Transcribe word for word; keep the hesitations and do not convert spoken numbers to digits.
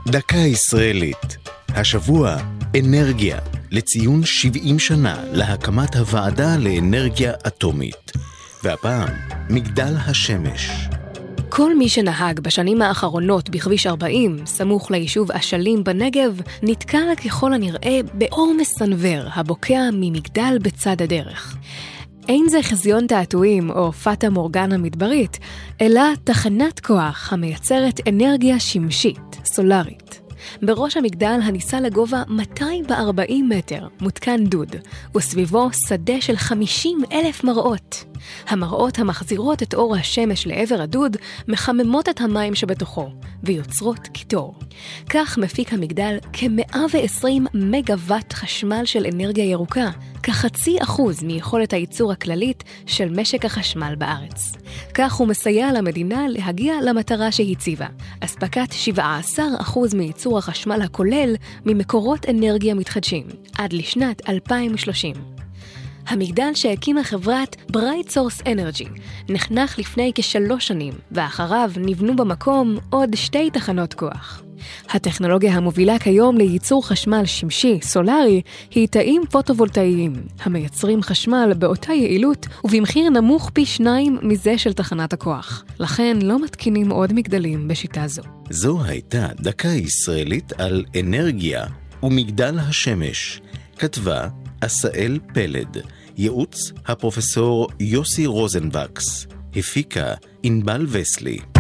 דקה ישראלית. השבוע אנרגיה, לציון שבעים שנה להקמת הוועדה לאנרגיה אטומית. והפעם מגדל השמש. כל מי שנהג בשנים האחרונות בכביש ארבעים, סמוך ליישוב אשלים בנגב, נתקל ככל הנראה באור מסנבר הבוקע ממגדל בצד הדרך. אין זה חזיון תעתועים או פטה מורגנה מדברית, אלא תחנת כוח המייצרת אנרגיה שמשית, סולרית. בראש המגדל הניסה לגובה מאתיים וארבעים מטר, מותקן דוד, וסביבו שדה של חמישים אלף מראות. המראות המחזירות את אור השמש לעבר הדוד מחממות את המים שבתוכו ויוצרות קיטור. כך מפיק המגדל כ-מאה ועשרים מגוואט חשמל של אנרגיה ירוקה, כחצי אחוז מיכולת הייצור הכללית של משק החשמל בארץ. כך הוא מסייע למדינה להגיע למטרה שהציבה, אספקת שבעה עשר אחוז מייצור החשמל הכולל ממקורות אנרגיה מתחדשים, עד לשנת אלפיים ושלושים. המגדל שהקימה חברת Bright Source Energy נחנך לפני כשלוש שנים, ואחריו נבנו במקום עוד שתי תחנות כוח. הטכנולוגיה המובילה כיום לייצור חשמל שמשי, סולרי, היא תאים פוטו-וולטאיים, המייצרים חשמל באותה יעילות ובמחיר נמוך פי שניים מזה של תחנת הכוח. לכן לא מתקינים עוד מגדלים בשיטה זו. זו הייתה דקה ישראלית על אנרגיה ומגדל השמש. כתבה אסאל פלד, ייעוץ הפרופסור יוסי רוזנבקס, הפיקה ענבל וסלי.